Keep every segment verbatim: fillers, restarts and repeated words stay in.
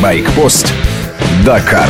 Байкпост Дакар.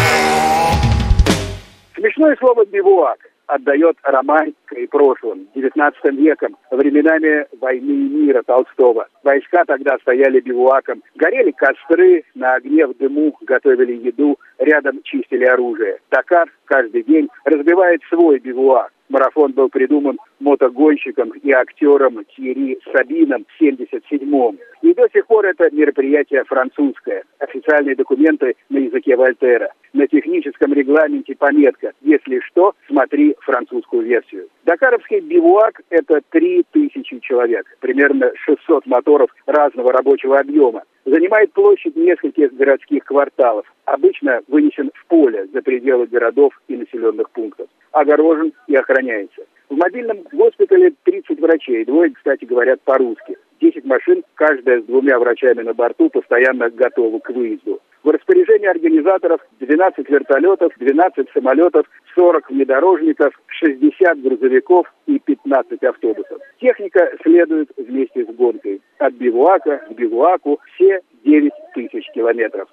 Смешное слово «бивуак» отдает романтикой и прошлым, девятнадцатым веком, временами войны и мира Толстого. Войска тогда стояли бивуаком, горели костры, на огне в дыму готовили еду, рядом чистили оружие. Дакар каждый день разбивает свой бивуак. Марафон был придуман мотогонщиком и актером Тьерри Сабином в семьдесят седьмом. И до сих пор это мероприятие французское. Официальные документы на языке Вольтера. На техническом регламенте пометка «Если что, смотри французскую версию». Дакаровский бивуак – это три тысячи человек, примерно шестьсот моторов разного рабочего объема. Занимает площадь нескольких городских кварталов. Обычно вынесен в поле за пределы городов и населенных пунктов. Огорожен и охраняется. В мобильном госпитале тридцать врачей, двое, кстати, говорят по-русски. десять машин, каждая с двумя врачами на борту, постоянно готовы к выезду. В распоряжении организаторов двенадцать вертолетов, двенадцать самолетов, сорок внедорожников, шестьдесят грузовиков и пятнадцать автобусов. Техника следует вместе с гонкой. От бивуака к бивуаку все девять тысяч километров.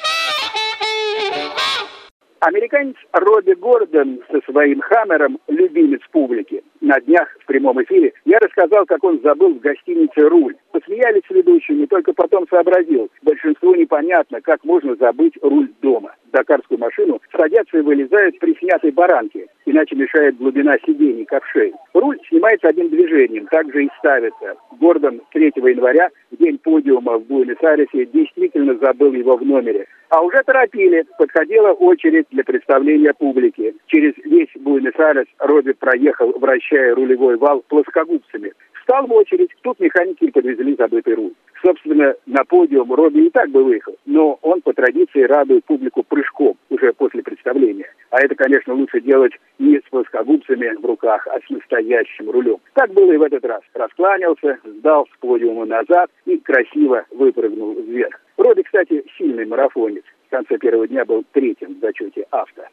Американец Робби Гордон со своим «Хаммером» – любимец публики. На днях в прямом эфире я рассказал, как он забыл в гостинице руль. Посмеялись с ведущим, и только потом сообразил. Большинству непонятно, как можно забыть руль дома. В дакарскую машину садятся и вылезают при снятой баранке, иначе мешает глубина сидений, как в шее. Руль снимается одним движением, также и ставится. Гордон третьего января, в день подиума в Буэнос-Айресе, действительно забыл его в номере. А уже торопили, подходила очередь для представления публики. Через весь Буэнос-Айрес Робби проехал, вращая рулевой вал плоскогубцами. Встал в очередь, тут механики подвезли забытый руль. Собственно, на подиум Робби и так бы выехал, но он по традиции радует публику прыжком уже после представления. А это, конечно, лучше делать не с плоскогубцами в руках, а с настоящим рулем. Так было и в этот раз. Раскланялся, сдал с подиума назад и красиво выпрыгнул вверх. Робби, кстати, сильный марафонец. В конце первого дня был третьим в зачете авто.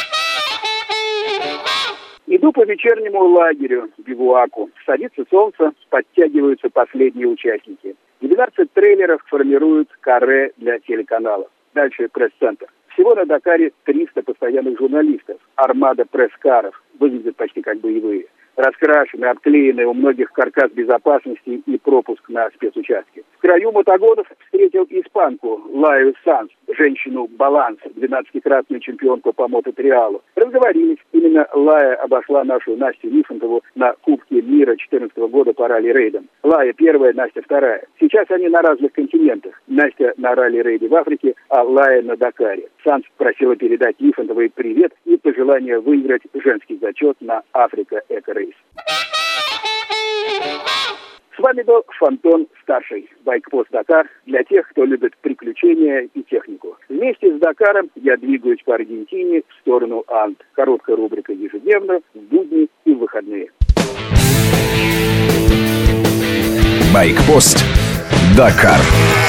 Иду по вечернему лагерю, бивуаку. Садится солнце, подтягиваются последние участники. двенадцать трейлеров формируют каре для телеканалов. Дальше пресс-центр. Всего на Дакаре триста постоянных журналистов. Армада пресс-каров. Выглядят почти как боевые. Раскрашены, обклеены, у многих каркас безопасности и пропуск на спецучастки. В краю мотогонов встретил испанку Лаю Санс, женщину «Баланс», двенадцатикратную чемпионку по мототриалу. Разговорились. Именно Лая обошла нашу Настю Нифонтову на Кубке мира две тысячи четырнадцатого года по ралли-рейдам. Лая первая, Настя вторая. Сейчас они на разных континентах. Настя на ралли-рейде в Африке, а Лая на Дакаре. Санс просила передать Нифонтовой привет и пожелание выиграть женский зачет на Африка Эко-рейс. С вами был Фонтон Старший. Байкпост Дакар для тех, кто любит приключения и технику. Вместе с Дакаром я двигаюсь по Аргентине в сторону Анд. Короткая рубрика ежедневно, в будни и в выходные. Байкпост Дакар.